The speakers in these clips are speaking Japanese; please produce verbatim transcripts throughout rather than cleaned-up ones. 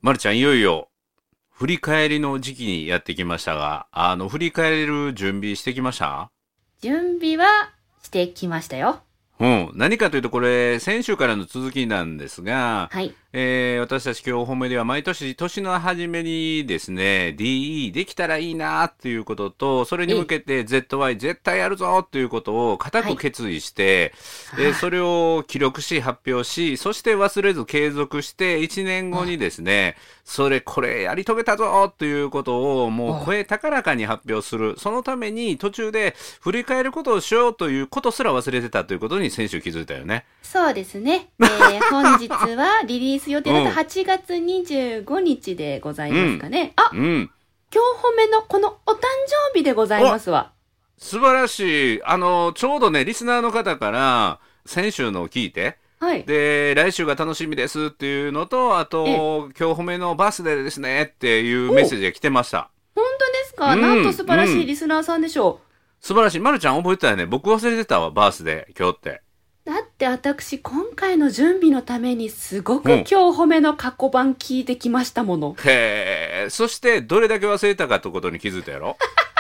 まるちゃん、いよいよ振り返りの時期にやってきましたが、あの振り返る準備してきました？ 準備はしてきましたよ。 うん、何かというと、これ先週からの続きなんですが、 はい。 えー私たち今日褒めでは毎年年の初めにですね ディーイー できたらいいなっていうことと、それに向けて ゼットワイ 絶対やるぞっていうことを固く決意して、 はいえーそれを記録し発表し、そして忘れず継続していちねんごにですね、それこれやり遂げたぞということをもう声高らかに発表する。そのために途中で振り返ることをしようということすら忘れてたということに先週気づいたよね。 そうですね。えー、本日はリリース予定だとはちがつにじゅうごにちでございますかね。あ、 うん、 今日褒めのこのお誕生日でございますわ。 素晴らしい。あのちょうどねリスナーの方から先週のを聞いて、 はい。 で来週が楽しみですっていうのと、あと今日褒めのバースデーですねっていうメッセージが来てました。 本当ですか？ うんなんと素晴らしうんいリスナーさんでしょ素晴らしい。まるちゃん覚えてたよね。僕忘れてたわ、バースデー今日って。 う。だって私今回の準備のためにすごくうん今日褒めの過去版聞いてきましたもの。 へえ。そしてどれだけ忘れたかってことに気づいたやろ。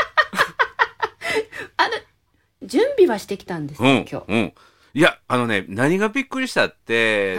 あの、準備はしてきたんですよ、 うん今日。 うん。いや、あのね、何がびっくりしたって、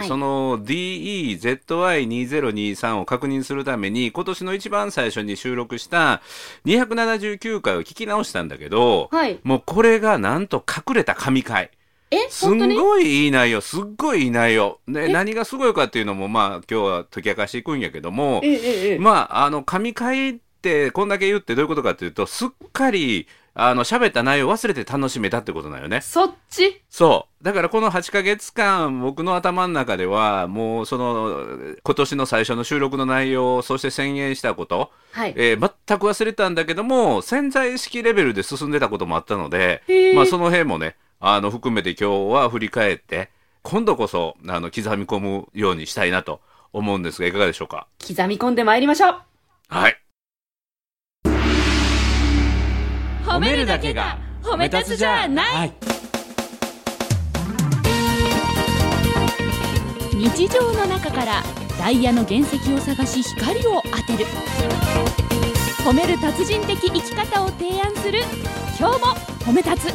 はいその ディーイーゼットワイにせんにじゅうさん を確認するために、今年の一番最初に収録したにひゃくななじゅうきゅうかいを聞き直したんだけど、 はい。 もうこれがなんと隠れた神回。 え、 す本当に？ んごいいい内容、すっごいいい内容。 えで、何がすごいかっていうのも、まあ、今日は解き明かしていくんやけども、 ええええ。 まあ、あの、神回ってこんだけ言ってどういうことかっていうと、すっかり、あの、喋った内容を忘れて楽しめたってことなんよね。 そっち？ そう。だからこのはちかげつかん、僕の頭の中では、もうその、今年の最初の収録の内容、そして宣言したこと、 はい。 えー全く忘れたんだけども、潜在意識レベルで進んでたこともあったので、 へーまあその辺もね、あの、含めて今日は振り返って、今度こそ、あの、刻み込むようにしたいなと思うんですが、いかがでしょうか。 刻み込んでまいりましょう。 はい。 褒めるだけが褒め立つじゃない。 日常の中からダイヤの原石を探し光を当てる、褒める達人的生き方を提案する、今日も褒め立つ。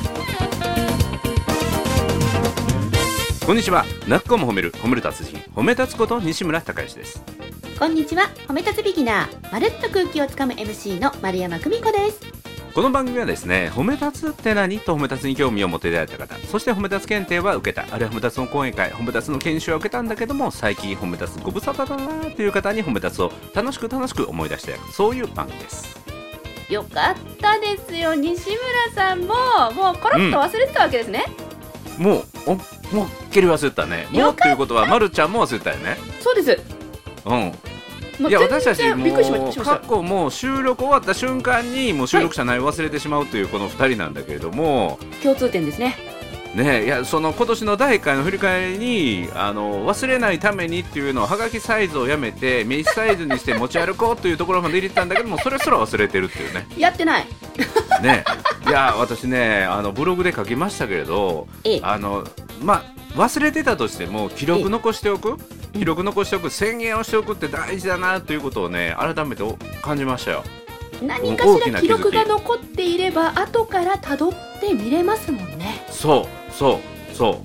こんにちは。なっこも褒める、褒める達人、褒め立つこと西村孝之です。 こんにちは。褒め立つビギナー、まるっと空気をつかむ エムシー の丸山久美子です。 この番組はですね、褒め立つって何と褒め立つに興味を持っていただいた方、そして褒め立つ検定は受けた、あるいは褒め立つの講演会、褒め立つの研修は受けたんだけども、最近褒め立つご無沙汰だなという方に褒め立つを楽しく楽しく思い出してやる、そういう番組です。 よかったですよ。西村さんももうコロッと忘れてたわけですね。 もう、お、もうっきり忘れてたね。もうっていうことは、まるちゃんも忘れてたよね。 そうです。 うん。 もういや、私たちも全然びっくりしましました過去もう収録終わった瞬間にもう収録者内容忘れてしまうというこのふたりなんだけれども、 共通点ですね。 ね、いやその今年のだいいっかいの振り返りにあの忘れないためにっていうのをはがきサイズをやめて名刺サイズにして持ち歩こうというところまで入れてたんだけども、それすら忘れてるっていうね。 やってない。 ね、いや私ねあのブログで書きましたけれど、 ええあのまあ忘れてたとしても記録残しておく、 え記録残しておく、宣言をしておくって大事だなということをね改めて感じましたよ。 何かしら記録が残っていれば後から辿って見れますもんね。 そうそうそう、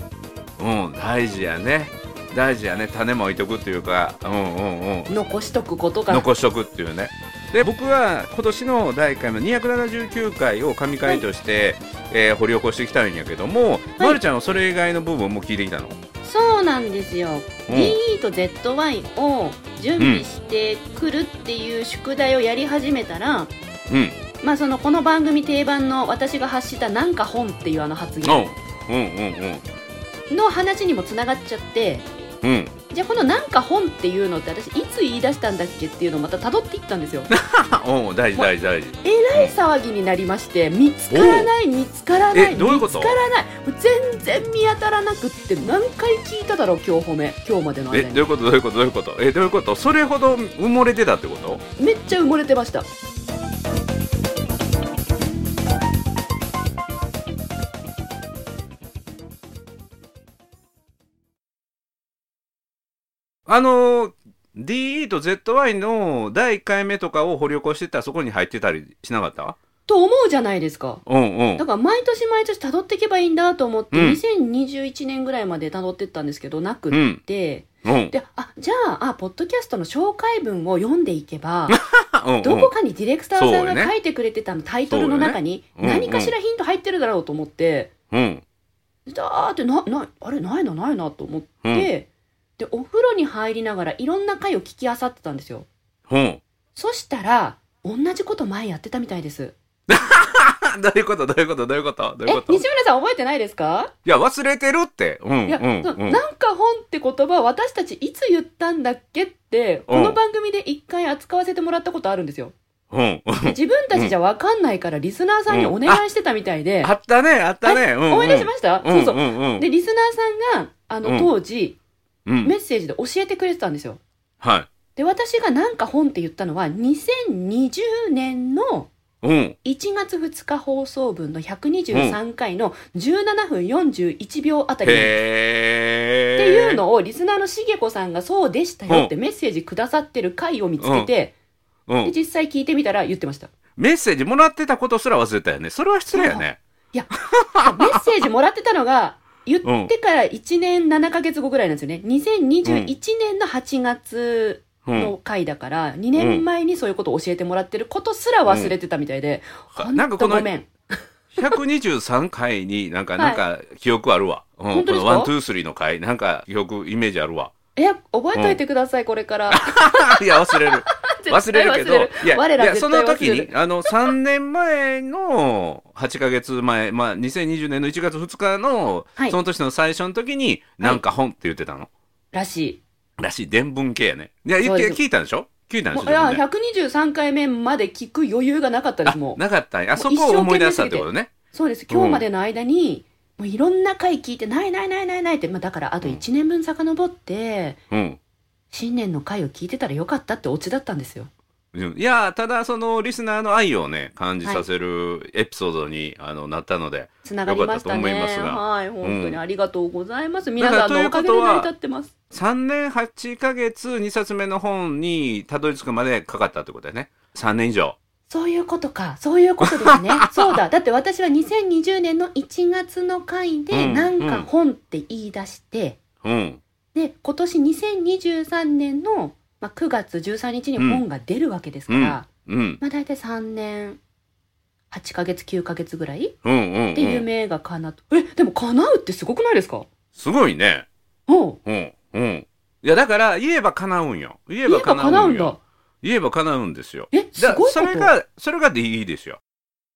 うん、大事やね、大事やね。種も置いとくっていうか、うんうんうん、 残しとくことが。 残しとくっていうね。で僕は今年のだいいっかいのにひゃくななじゅうきゅうかいを神回として、はい、えー掘り起こしてきたんやけども、はい、まるちゃんはそれ以外の部分も聞いてきたの？ そうなんですよ、 うん、 ディーイー と ゼットワイ を準備してくるっていう宿題をやり始めたら、 うん、 まあそのこの番組定番の私が発したなんか本っていうあの発言うんうんうんの話にもつながっちゃって、 うん、 じゃあこのなんか本っていうのって私いつ言い出したんだっけっていうのをまた辿っていったんですよ。 お大事大事大事。 えらい騒ぎになりまして、見つからない見つからないえどういうこと？ 見つからない、もう全然見当たらなくって何回聞いただろう今日褒め、今日までの間に。 えどういうことどういうことどういうことえどういうこと？それほど埋もれてたってこと？ めっちゃ埋もれてました。 あのーディーイー と ゼットワイ のだいいっかいめとかを掘り起こしてたらそこに入ってたりしなかった？ と思うじゃないですか。 うんうん。 だから毎年毎年辿っていけばいいんだと思って、 うんにせんにじゅういちねんぐらいまで辿ってったんですけど、なくって、 うん。 で、あ、じゃあ、あ、ポッドキャストの紹介文を読んでいけば、 うんうん、 どこかにディレクターさんそうよねが書いてくれてたのタイトルの中に、 そうよね何かしらヒント入ってるだろうと思って、 うん。 だーってな、な、あれ、ないな、ないなと思って、 うんで、お風呂に入りながらいろんな回を聞き漁ってたんですよ。 うん。 そしたら、同じこと前やってたみたいです。 どういうことどういうことどういうことどういうこと？ え、西村さん覚えてないですか？ いや、忘れてるって。うん。 いや、 うんそううん、 なんか本って言葉私たちいつ言ったんだっけって、この番組で一回扱わせてもらったことあるんですよ。 うん。 自分たちじゃ分かんないからリスナーさんにお願いしてたみたいで。 うん、あ, あったね、あったね。うんうん、 思い出しました、 うんうん、 そうそう。で、リスナーさんが、あの、当時、 うん、 メッセージで教えてくれてたんですよ。 はい。 で、私がなんか本って言ったのは、にせんにじゅうねんのいちがつふつか放送分のひゃくにじゅうさんかいのじゅうななふんよんじゅういちびょうあたりなんです。 へー。 っていうのをリスナーのしげこさんがそうでしたよってメッセージくださってる回を見つけて、うんうん、で実際聞いてみたら言ってました。 メッセージもらってたことすら忘れたよね。それは失礼やね。 いや、メッセージもらってたのが言ってからいちねんななかげつごぐらいなんですよね。にせんにじゅういちねんのはちがつの回だから、にねんまえにそういうことを教えてもらってることすら忘れてたみたいで、 うん、なんかこのごめん。ひゃくにじゅうさんかいになんか、なんか記憶あるわ。 はい、うん、本当ですか？ このワン、ツー、スリーの回、なんか記憶、イメージあるわ。 え、覚えといてください、うん、これから。 いや、忘れる。忘れるけど、いや、 我らいやその時に、あの、さんねんまえのはちかげつまえ、まあ、にせんにじゅうねんのいちがつふつかの、はい、その年の最初の時に、なんか本って言ってたの。はい、 らしい。 らしい。伝聞系やね。いや、聞いたんでしょ聞いたんでしょいや、ひゃくにじゅうさんかいめまで聞く余裕がなかったです、もう。 なかったんや。あそこを思い出したってことね。 そうです。今日までの間に、うん、もういろんな回聞いて、ないないないないないって、まあ、だからあといちねんぶん遡って、うん、新年の回を聞いてたらよかったってオチだったんですよ。 いや、ただそのリスナーの愛をね感じさせるエピソードに、はい、あのなったのでつながりましたね。はい、本当にありがとうございます、うん、皆さんのおかげで成り立ってます。 さんねんはちかげつにさつめの本にたどり着くまでかかったってことだよね。さんねん以上。 そういうことか、そういうことですね。そうだ、だって私はにせんにじゅうねんのいちがつの回で、うん、なんか本って言い出して、うん、で今年にせんにじゅうさんねんのまあ、くがつじゅうさんにちに本が出るわけですから、うんうん、まあ、大体さんねんはちかげつきゅうかげつぐらい、うんうんうん、で夢が叶う。え、でも叶うってすごくないですか？ すごいね。うんうんうん。いやだから言えば叶うんよ。言えば叶うんよ。言えば叶うんだ。言えば叶うんですよ。 え、すごいこと。 それがそれがでいいですよ。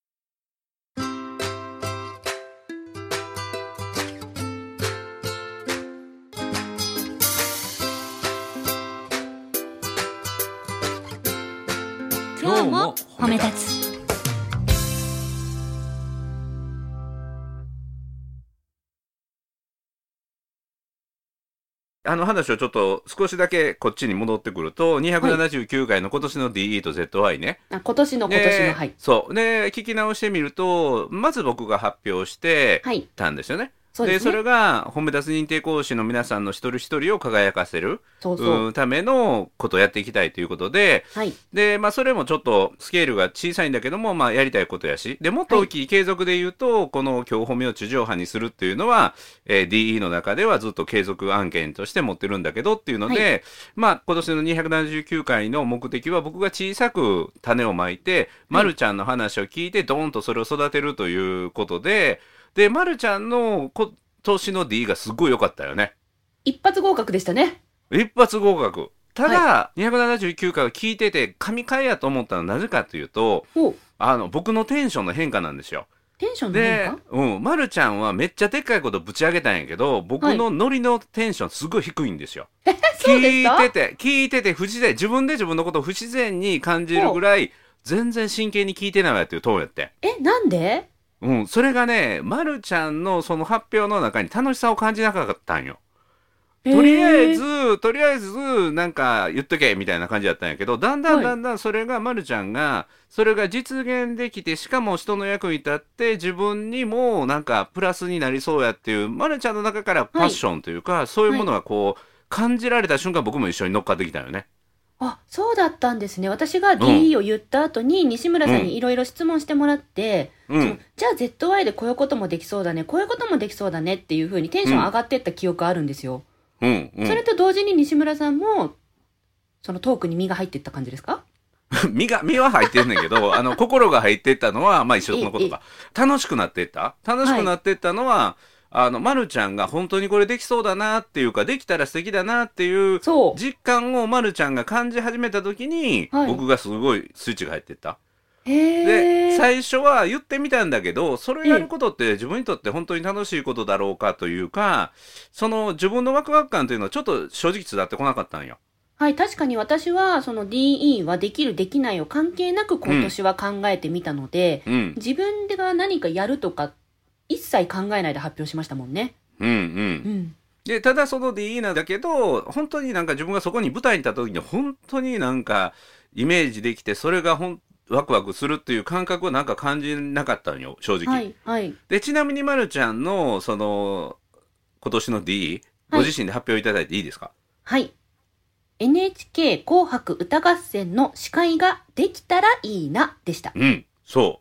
今日も褒め立つ。 あの話をちょっと少しだけこっちに戻ってくるとにひゃくななじゅうきゅうかいの今年の ディーイー と ゼットワイ ね。 あ、今年の今年の、はい。 そうで聞き直してみるとまず僕が発表してたんですよね。はい、そ, でね、それが褒め立つ認定講師の皆さんの一人一人を輝かせるそうそうためのことをやっていきたいということで、はい、で、まあ、それもちょっとスケールが小さいんだけども、まあ、やりたいことやしでもっと大きい継続で言うと、はい、この今日褒めを地上波にするっていうのは、えー、ディーイー の中ではずっと継続案件として持ってるんだけどっていうので、はい、まあ、今年のにひゃくななじゅうきゅうかいの目的は僕が小さく種をまいて、はい、まるちゃんの話を聞いてドーンとそれを育てるということでで、まるちゃんのこ投資の D がすごい良かったよね。 一発合格でしたね。 一発合格。ただ、はい、にひゃくななじゅうきゅうかいを聞いてて神回やと思ったのはなぜかというとあの僕のテンションの変化なんですよ。 テンションの変化？ で、うん、まるちゃんはめっちゃでっかいことぶち上げたんやけど僕のノリのテンションすごい低いんですよ。 はい、そうですか？ 聞いてて聞いてて不自然自分で自分のことを不自然に感じるぐらい全然真剣に聞いてないわっていうトーンやって。 え、なんで？ うん、それがね、まるちゃんのその発表の中に楽しさを感じなかったんよ。とりあえず、とりあえず、なんか言っとけみたいな感じだったんやけど、だんだんだんだんそれがまるちゃんが、それが実現できて、しかも人の役に立って、自分にもなんかプラスになりそうやっていう、まるちゃんの中からパッションというか、はい、そういうものがこう、 感じられた瞬間僕も一緒に乗っかってきたよね。 あ、そうだったんですね。私が ディーイー を言った後に西村さんにいろいろ質問してもらって、うん、そのじゃあ ゼットワイ でこういうこともできそうだね、こういうこともできそうだねっていう風にテンション上がっていった記憶あるんですよ。うんうん、それと同時に西村さんもそのトークに身が入っていった感じですか？ 身が、身は入ってんねんけど、あの、心が入っていったのは、まあ一緒のことか。楽しくなっていった。楽しくなっていったのは、はい、あの、まるちゃんが本当にこれできそうだなっていうか、できたら素敵だなっていう実感をまるちゃんが感じ始めた時に、はい、僕がすごいスイッチが入っていった。で、最初は言ってみたんだけど、それをやることって自分にとって本当に楽しいことだろうかというか、その自分のワクワク感というのはちょっと正直伝わってこなかったんよ。 はい、確かに私はその ディーイー はできるできないを関係なく今年は考えてみたので、うん、自分が何かやるとか一切考えないで発表しましたもんね。 うんうん。うん、でただその ディーイー なんだけど、本当になんか自分がそこに舞台に立った時に本当になんかイメージできて、それがほんワクワクするっていう感覚をなんか感じなかったのよ、正直。 はいはい、 でちなみにまるちゃんのその今年の ディーイー、ご自身で発表いただいていいですか？ はい。エヌエイチケー 紅白歌合戦の司会ができたらいいなでした。 うん、そう。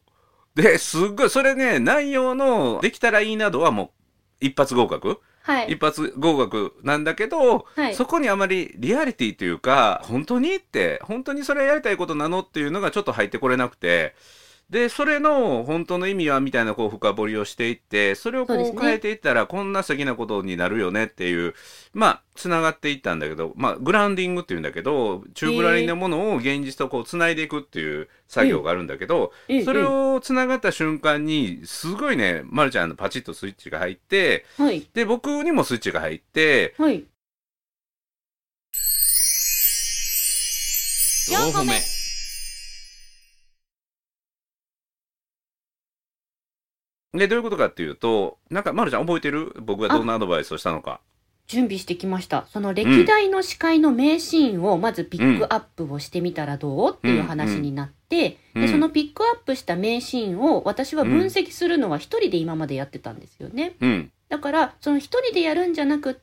で、すっごい、それね、内容のできたらいいなどはもう一発合格、はい、一発合格なんだけど、はい、そこにあまりリアリティというか、本当にって、本当にそれやりたいことなのっていうのがちょっと入ってこれなくて、で、それの本当の意味はみたいなこう深掘りをしていって、それをこう変えていったらこんな素敵なことになるよねっていう、まあ、つながっていったんだけど、まあ、グラウンディングっていうんだけど、チューブラリンのものを現実とこうつないでいくっていう作業があるんだけど、それをつながった瞬間に、すごいね、まるちゃんのパチッとスイッチが入って、はい、で、僕にもスイッチが入って、はい、よんほめ。で、どういうことかっていうと、なんか、まるちゃん覚えてる？僕がどんなアドバイスをしたのか。 準備してきました。その歴代の司会の名シーンをまずピックアップをしてみたらどうっていう話になって、うんうん、でそのピックアップした名シーンを私は分析するのは一人で今までやってたんですよね。うん、だから、その一人でやるんじゃなくって、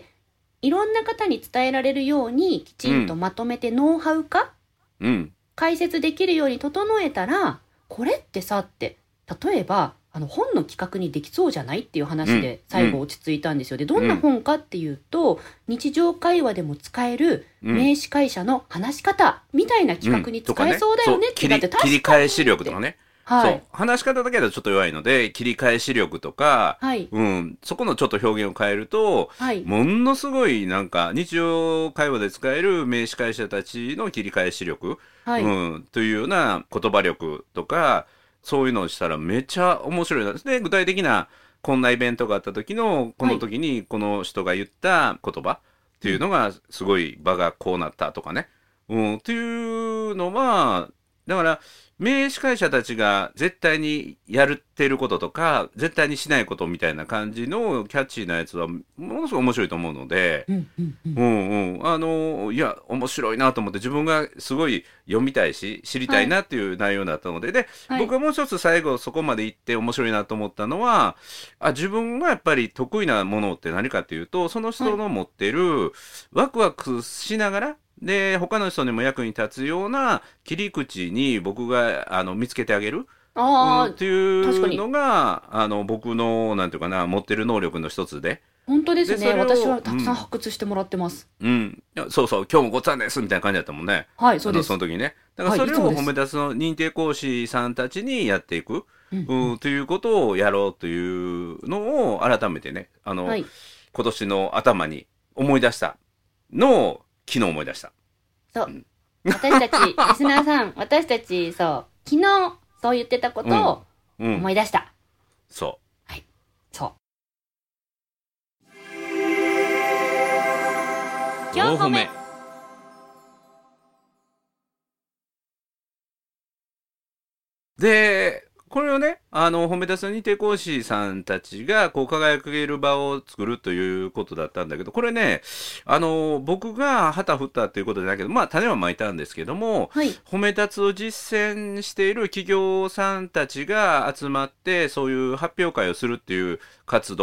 いろんな方に伝えられるようにきちんとまとめてノウハウ化、うん、解説できるように整えたら、これってさって、例えば、あの本の企画にできそうじゃないっていう話で最後落ち着いたんですよ。で、どんな本かっていうと、日常会話でも使える名司会者の話し方みたいな企画に使えそうだよねって、だって確かに切り替え視力とかね。はい、そう話し方だけだとちょっと弱いので、切り替え視力とか、はい、うん、そこのちょっと表現を変えると、はい、ものすごいなんか日常会話で使える名司会者たちの切り替え視力、はい、うん、というような言葉力とか、そういうのをしたらめっちゃ面白いな。で、具体的なこんなイベントがあった時の、この時にこの人が言った言葉っていうのが、すごい場がこうなったとかね。うん、っていうのは、だから、名司会者たちが絶対にやってることとか、絶対にしないことみたいな感じのキャッチーなやつは、ものすごい面白いと思うので、うんうんうん、うんうん、あの、いや、面白いなと思って、自分がすごい読みたいし、知りたいなっていう内容だったので、はい、で、はい、僕はもう一つ最後そこまで行って面白いなと思ったのは、あ、自分がやっぱり得意なものって何かっていうと、その人の持ってるワクワクしながら、で他の人にも役に立つような切り口に僕があの見つけてあげるあ、うん、っていうのがあの僕のなんていうかな持ってる能力の一つで。 本当ですね。私はたくさん発掘してもらってます。 うん、うん、そうそう、今日もごっつぁんですみたいな感じだったもんね。 はい、そうです。 その時ね。だからそれを褒め出すの認定講師さんたちにやっていく、うんうん、ということをやろうというのを改めてね、あの、はい、今年の頭に思い出したのを昨日思い出した。 そう。うん、私たち、リスナーさん、私たち、そう、昨日、そう言ってたことを思い出した。うんうん、 そう。 はい。そう。よんほめ。 で、これをね、あの、褒め出す認定講師さんたちが、こう、輝ける場を作るということだったんだけど、これね、あの、僕が旗振ったということじゃないけど、まあ、種はまいたんですけども、はい、褒め立つを実践している企業さんたちが集まって、そういう発表会をするっていう活動、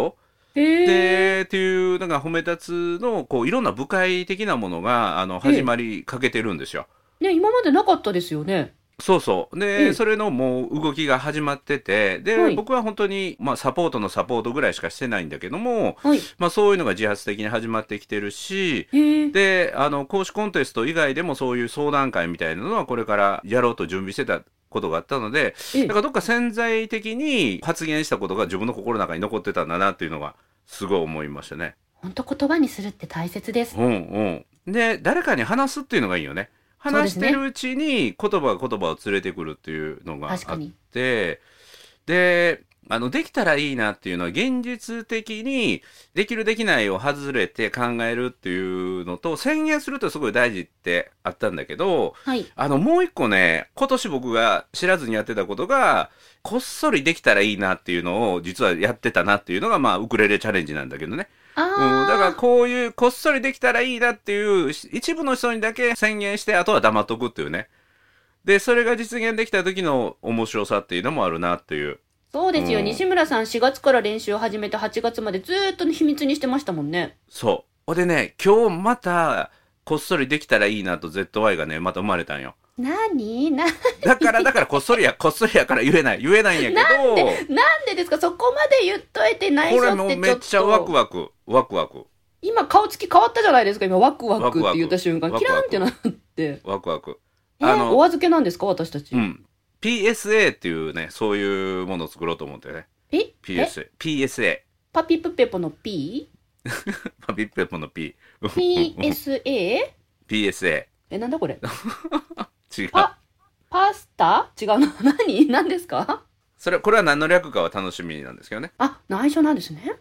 でっていうなんか褒め立つのこういろんな部会的なものがあの始まりかけてるんですよ。 ね、今までなかったですよね。 そうそうでそれのもう動きが始まっててで、はい、僕は本当に、まあ、サポートのサポートぐらいしかしてないんだけども、はい、まあ、そういうのが自発的に始まってきてるしであの講師コンテスト以外でもそういう相談会みたいなのはこれからやろうと準備してたことがあったのでだからどっか潜在的に発言したことが自分の心の中に残ってたんだなっていうのがすごい思いましたね。 本当言葉にするって大切です。 うんうん、で誰かに話すっていうのがいいよね。話してるうちに言葉が言葉を連れてくるっていうのがあってであのできたらいいなっていうのは現実的にできるできないを外れて考えるっていうのと宣言するとすごい大事ってあったんだけど、はい、あのもう一個ね今年僕が知らずにやってたことがこっそりできたらいいなっていうのを実はやってたなっていうのがまあウクレレチャレンジなんだけどね。うん、だからこういうこっそりできたらいいなっていう一部の人にだけ宣言してあとは黙っとくっていうね。でそれが実現できた時の面白さっていうのもあるなっていう。 そうですよ、うん、西村さんしがつから練習を始めてはちがつまでずっと秘密にしてましたもんね。 そうでね今日またこっそりできたらいいなと ゼットワイ がねまた生まれたんよ。 何何だからだからこっそりやこっそりやから言えない言えないんやけどなんでなんでですかそこまで言っといて内緒ってちょっとこれもめっちゃワクワクワクワク今顔つき変わったじゃないですか。今ワクワクって言った瞬間キランってなってワクワクあのお預けなんですか私たち、 うん、ピーエスエー っていうねそういうものを作ろうと思ってね。 えピーエスエー ピーエスエーパピプペポの P パピプペポの P ピーエスエーピーエスエーえなんだこれ違うパパスタ違うな何何ですかそれこれは何の略かは楽しみなんですけどね。 あ内緒なんですね。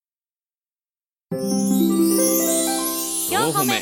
よんほめ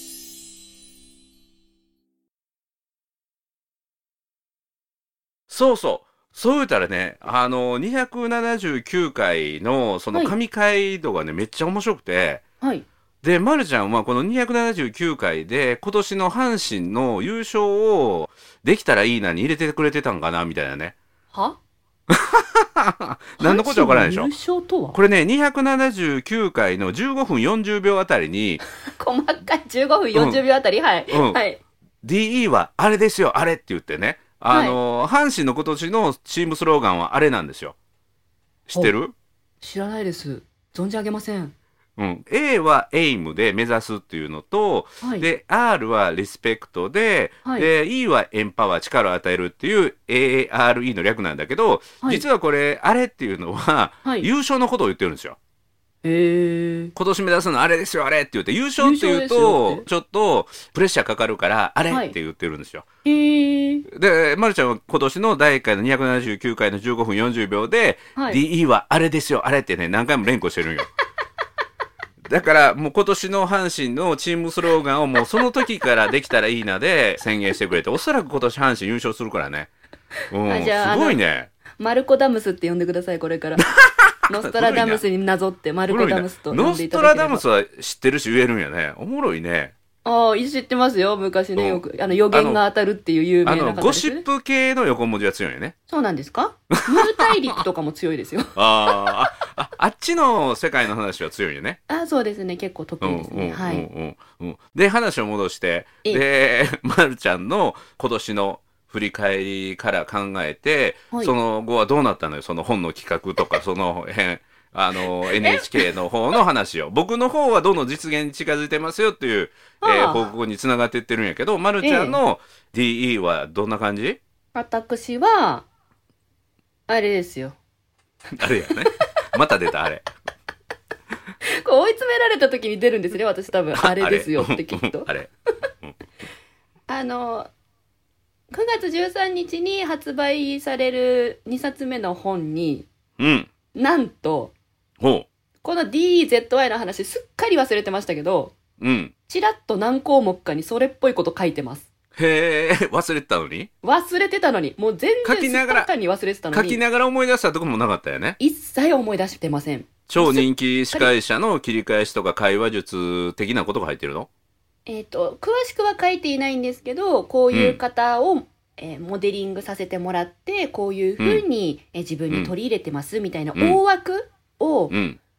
そうそうそう言ったらねあのにひゃくななじゅうきゅうかいのその神回度がね、はい、めっちゃ面白くて、はい、で、まるちゃんはこのにひゃくななじゅうきゅうかいで今年の阪神の優勝をできたらいいなに入れてくれてたんかなみたいなね。 は何のことわからないでしょ。 優勝とはこれねにひゃくななじゅうきゅうかいのじゅうごふんよんじゅうびょうあたりに細かいじゅうごふんよんじゅうびょうあたり、うん、はい、うんはい、 ディーイー はあれですよあれって言ってねあの、はい、阪神の今年のチームスローガンはあれなんですよ。知ってる？ 知らないです。存じ上げません。 うん、エー はエイムで目指すっていうのと、はい、で アール はリスペクトで、はい、で イー はエンパワー力を与えるっていう エーアールイー の略なんだけど、はい、実はこれあれっていうのは、はい、優勝のことを言ってるんですよ。 へー今年目指すのあれですよあれって言って優勝って言うとちょっとプレッシャーかかるからあれって言ってるんですよ。 へーで、まるちゃんは今年のだいいっかいのにひゃくななじゅうきゅうかいのじゅうごふんよんじゅうびょうで、はい、ディーイー はあれですよあれってね何回も連呼してるんよ。だからもう今年の阪神のチームスローガンをもうその時からできたらいいなで宣言してくれておそらく今年阪神優勝するからね、うん、すごいね。 マルコダムスって呼んでくださいこれからノストラダムスになぞってマルコダムスと呼んでいただければ。 ノストラダムスは知ってるし言えるんやね。おもろいね。 ああ知ってますよ昔ねよくあの予言が当たるっていう有名な方です、ね、 あのゴシップ系の横文字は強いよね。 そうなんですか。ムー大陸とかも強いですよ。 あああっちの世界の話は強いよね。 あそうですね結構得意ですね、うんうんうんうん、はい、 うん、で話を戻してでまるちゃんの今年の振り返りから考えて、はい、その後はどうなったのよその本の企画とかその辺あの エヌエイチケー の方の話を僕の方はどんどん実現に近づいてますよっていう、えー、報告につながっていってるんやけどまるちゃんの ディーイー はどんな感じ、ええ、 私はあれですよあれやねまた出たあれこう追い詰められた時に出るんですね私多分あれですよってきっとあれあのくがつじゅうさんにちに発売されるにさつめの本に、 うん、 なんとほうこの ディーイーゼットワイ の話すっかり忘れてましたけど、 うん、 ちらっと何項目かにそれっぽいこと書いてます。 へえ忘れてたのに忘れてたのにもう全然すっかりかに忘れてたのに書きながら思い出したとこもなかったよね。 一切思い出してません。 超人気司会者の切り返しとか会話術的なことが入ってるの？ えっと詳しくは書いていないんですけどこういう方を、うんえー、モデリングさせてもらってこういうふうに、うん、えー、自分に取り入れてますみたいな大枠を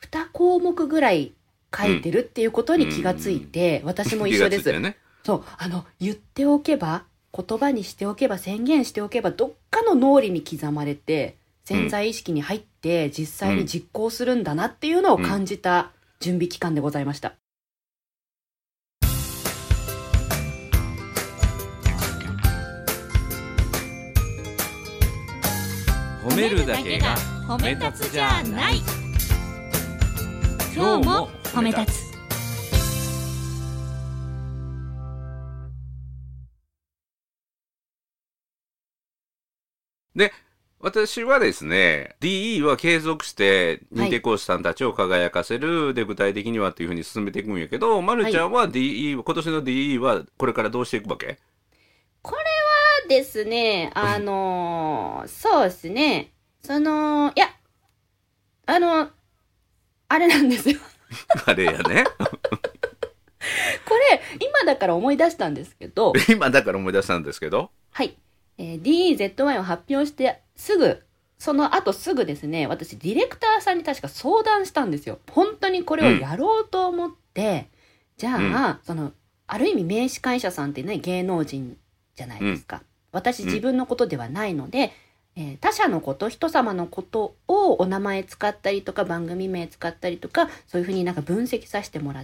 に項目ぐらい書いてるっていうことに気がついて、うん、私も一緒です。ね、そうあの言っておけば、言葉にしておけば、宣言しておけば、どっかの脳裏に刻まれて潜在意識に入って実際に実行するんだなっていうのを感じた準備期間でございました。 褒めるだけが褒め立つじゃない。今日も褒め立つ。で、私はですね ディーイー は継続して認定講師さんたちを輝かせる、はい、で具体的にはっていうふうに進めていくんやけど、まるちゃんは ディーイー、はい、今年の ディーイー はこれからどうしていくわけ？ これはですね、あのー、そうですね、そのいやあのあれなんですよあれやねこれ今だから思い出したんですけど今だから思い出したんですけどはい、えー、ディーイーゼットワン を発表してすぐ、その後すぐですね、私ディレクターさんに確か相談したんですよ。本当にこれをやろうと思って、うん、じゃあ、うん、そのある意味名司会者さんってね、芸能人じゃないですか、うん、私自分のことではないので、えー、他者のこと、人様のことをお名前使ったりとか番組名使ったりとか、そういうふうになんか分析させてもらって、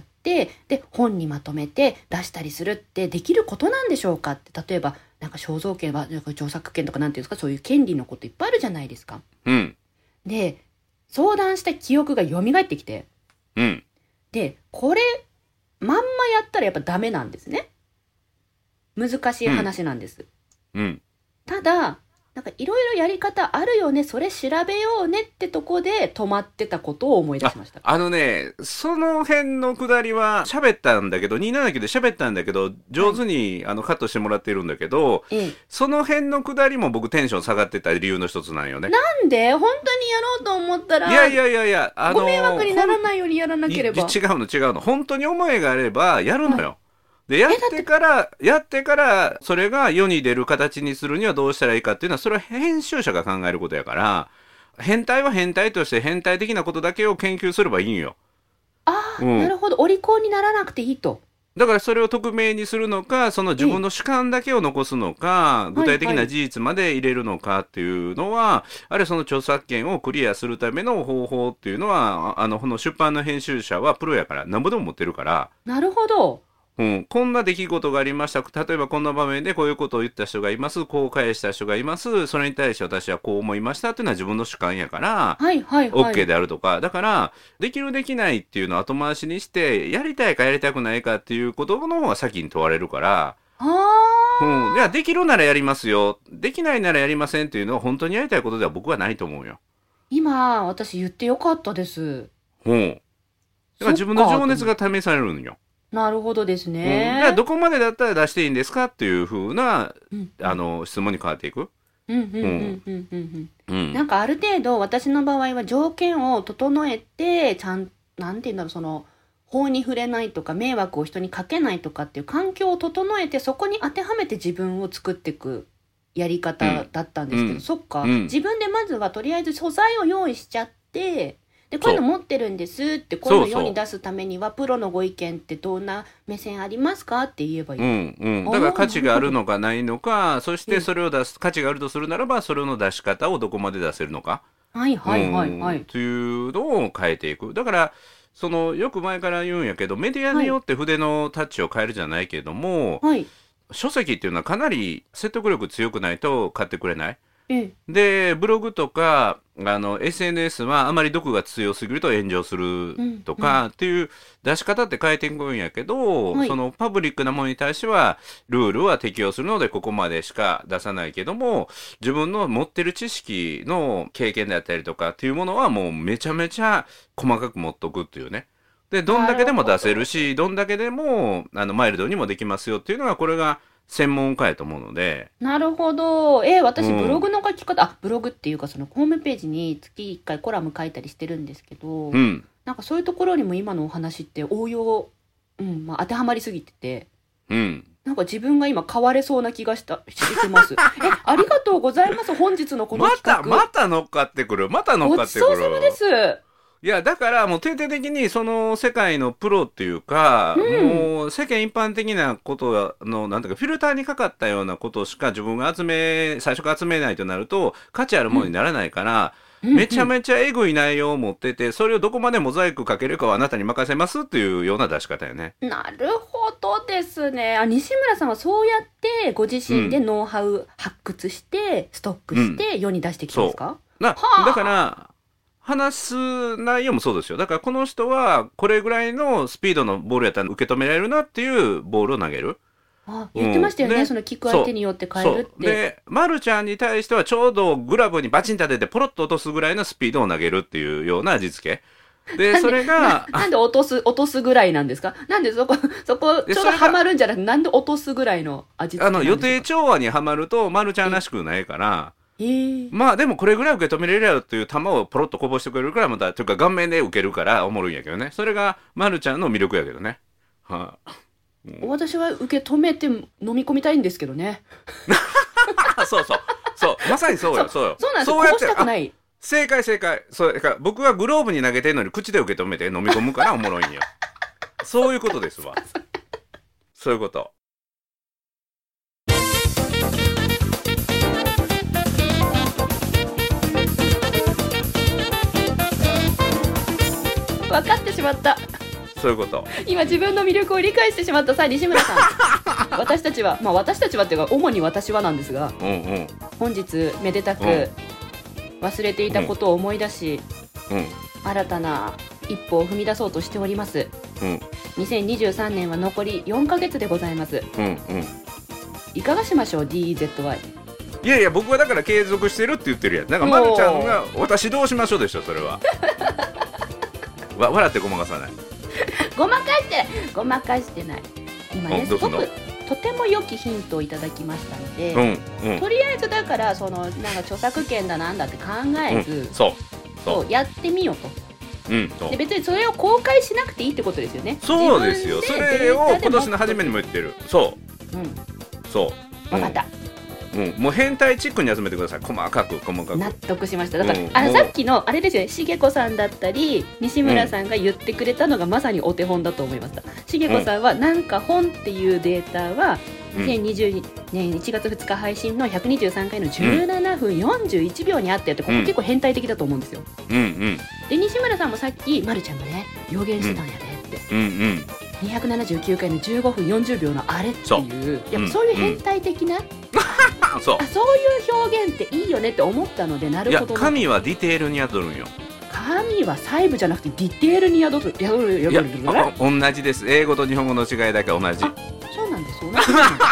で本にまとめて出したりするってできることなんでしょうかって。例えばなんか肖像権は著作権とかなんていうんですか、そういう権利のこといっぱいあるじゃないですか、 うん、 で相談した記憶が蘇ってきて、 うん、 でこれまんまやったらやっぱダメなんですね。難しい話なんです、 うんうん、 ただなんかいろいろやり方あるよね、それ調べようねってとこで止まってたことを思い出しました。 あ、あのね、その辺のくだりは喋ったんだけど、にじゅうななきゅうで喋ったんだけど、上手に、はい、あのカットしてもらってるんだけど、 ええ、 その辺のくだりも僕テンション下がってた理由の一つなんよね。 なんで本当にやろうと思ったら、 いやいやいやいや、あのー、 ご迷惑にならないようにやらなければ。 違うの違うの、本当に思いがあればやるのよ、はい、でやってからやってからそれが世に出る形にするにはどうしたらいいかっていうのは、それは編集者が考えることやから、変態は変態として変態的なことだけを研究すればいいんよ。 ああ、うん、なるほど、お利口にならなくていいと。 だからそれを匿名にするのか、その自分の主観だけを残すのか、具体的な事実まで入れるのかっていうのは、はいはい、あるいはその著作権をクリアするための方法っていうのは、あのこの出版の編集者はプロやから何ぼでも持ってるから。 なるほど。 うん、こんな出来事がありました。例えばこんな場面でこういうことを言った人がいます。こう返した人がいます。それに対して私はこう思いましたっていうのは自分の主観やから、 はいはいはい、 OK であるとか。だから、できるできないっていうのを後回しにして、やりたいかやりたくないかっていうことの方が先に問われるから、 あ、 うん、いや、できるならやりますよ。できないならやりませんっていうのは本当にやりたいことでは僕はないと思うよ。 今、私言ってよかったです。 うん。だから自分の情熱が試されるんよ。 なるほどですね、 うん、だからどこまでだったら出していいんですかっていう風な、うん、あの質問に変わっていく。 なんかある程度私の場合は条件を整えて、ちゃんなんて言うんだろう、その法に触れないとか迷惑を人にかけないとかっていう環境を整えて、そこに当てはめて自分を作っていくやり方だったんですけど、うん、そっか、うん、自分でまずはとりあえず素材を用意しちゃって、でこういうの持ってるんですって、こういうの世に出すためにはプロのご意見ってどんな目線ありますかって言えばいい、 うんうん、だから価値があるのかないのか、そしてそれを出す、うん、価値があるとするならばそれの出し方をどこまで出せるのか、 はいはいはいはい、 というのを変えていく。だからそのよく前から言うんやけど、メディアによって筆のタッチを変えるじゃないけども、 はい、 書籍っていうのはかなり説得力強くないと買ってくれない。 ええ、 でブログとかあの エスエヌエス はあまり毒が強すぎると炎上するとか、うんうん、っていう出し方って変えていくんやけど、はい、そのパブリックなものに対してはルールは適用するのでここまでしか出さないけども、自分の持ってる知識の経験であったりとかっていうものはもうめちゃめちゃ細かく持っとくっていうね。でどんだけでも出せるし、どんだけでもあのマイルドにもできますよっていうのが、これが専門家やと思うので。 なるほど。えー、私ブログの書き方、うん、あブログっていうかそのホームページに月いっかいコラム書いたりしてるんですけど、 うん、 なんかそういうところにも今のお話って応用、うんまあ、当てはまりすぎてて、 うん、 なんか自分が今変われそうな気がしたしてます。えありがとうございます。本日のこの企画またまた乗っかってくるまた乗っかってくる。 ごちそうさまです。 いやだからもう徹底的にその世界のプロっていうか、うん、もう世間一般的なことのなんていうかフィルターにかかったようなことしか自分が集め最初から集めないとなると価値あるものにならないから、うん、めちゃめちゃエグい内容を持っててそれをどこまでモザイクかけるかはあなたに任せますっていうような出し方よね。 なるほどですね。あ、西村さんはそうやってご自身でノウハウ発掘してストックして世に出してきたんですか？ うん、なだから話す内容もそうですよ。だからこの人はこれぐらいのスピードのボールやったら受け止められるなっていうボールを投げる。 あ、言ってましたよね、うん、そのキック相手によって変えるって。 で、まるちゃんに対してはちょうどグラブにバチン立ててポロッと落とすぐらいのスピードを投げるっていうような味付けで、それがな, なんで落とす落とすぐらいなんですか？なんでそこそこちょうどハマるんじゃなくてなんで落とすぐらいの味付けなんですか？ あの予定調和にはまるとまるちゃんらしくないから。 えー、 まあでもこれぐらい受け止めれるやろっていう球をポロッとこぼしてくれるからまたというか顔面で受けるからおもろいんやけどね。それがまるちゃんの魅力やけどね。はあ、 うん、私は受け止めて飲み込みたいんですけどね。 そうそうそうまさにそうよそうよ。 そうなんですよ。こぼしたくない。 正解正解。そうだから僕はグローブに投げてるのに口で受け止めて飲み込むからおもろいんよ。そういうことですわ。そういうこと。 分かってしまった。 そういうこと。 今自分の魅力を理解してしまったさあ西村さん。私たちはまあ私たちはっていうか主に私はなんですが、うんうん、本日めでたく、うん、忘れていたことを思い出し、うん、新たな一歩を踏み出そうとしております、うん、にせんにじゅうさんねんは残りよんかげつでございます、うんうん、いかがしましょう ディーイーゼットワイ。 いやいや僕はだから継続してるって言ってるやん。なんかまるちゃんが私どうしましょうでしょそれは。わ笑ってごまかさない。 ごまかしてごまかしてない。今ねすごくとても良きヒントをいただきましたので、うんうん、とりあえずだからそのなんか著作権だなんだって考えず、うん、そうそうやってみようと、うん、で別にそれを公開しなくていいってことですよね。 そうですよ。それを今年の初めにも言ってる。そう、うん、そう分かった、 うん、もう変態チックに集めてください。細かく細かく。 納得しました。だから、うん、あのさっきのあれですよね、しげこさんだったり西村さんが言ってくれたのがまさにお手本だと思いました。しげこさんはなんか本っていうデータはにせんにじゅうねんいちがつふつか配信のひゃくにじゅうさんかいのじゅうななふんよんじゅういちびょうにあってって、ここ結構変態的だと思うんですよ、うんうん、で西村さんもさっきまるちゃんがね予言してたんやでって、うんうん、にひゃくななじゅうきゅうかいのじゅうごふんよんじゅうびょうのあれっていう、やっぱそういう変態的な、うんうん、そうあそういう表現っていいよねって思ったので、なるほど。 いや神はディテールに宿るんよ。 神は細部じゃなくてディテールに宿る宿る宿る。 いや同じです。英語と日本語の違いだけ同じ。 そうなんです。同じなんです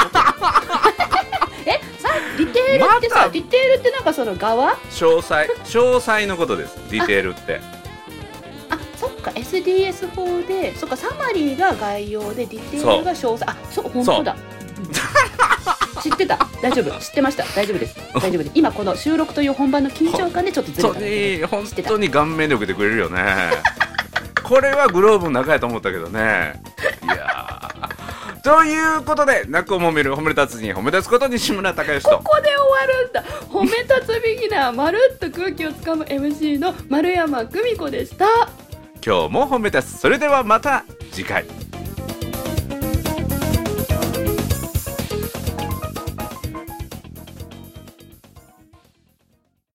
えさディテールってさ、ま、ディテールってなんかその側詳細詳細のことです。ディテールってあそっか エスディーエス 法でそっかサマリーが概要でディテールが詳細。あそう本当だ知ってた。大丈夫知ってました。大丈夫です大丈夫です。今この収録という本番の緊張感でちょっとずれただけで。 本当に顔面で受けてくれるよねこれはグローブの中やと思ったけどね。いやということで泣くをもめる褒め立つに褒め立つこと西村孝之と、 ここで終わるんだ。褒め立つビギナーまるっと空気をつかむ エムシー の丸山久美子でした。 今日も褒め立つ。それではまた次回。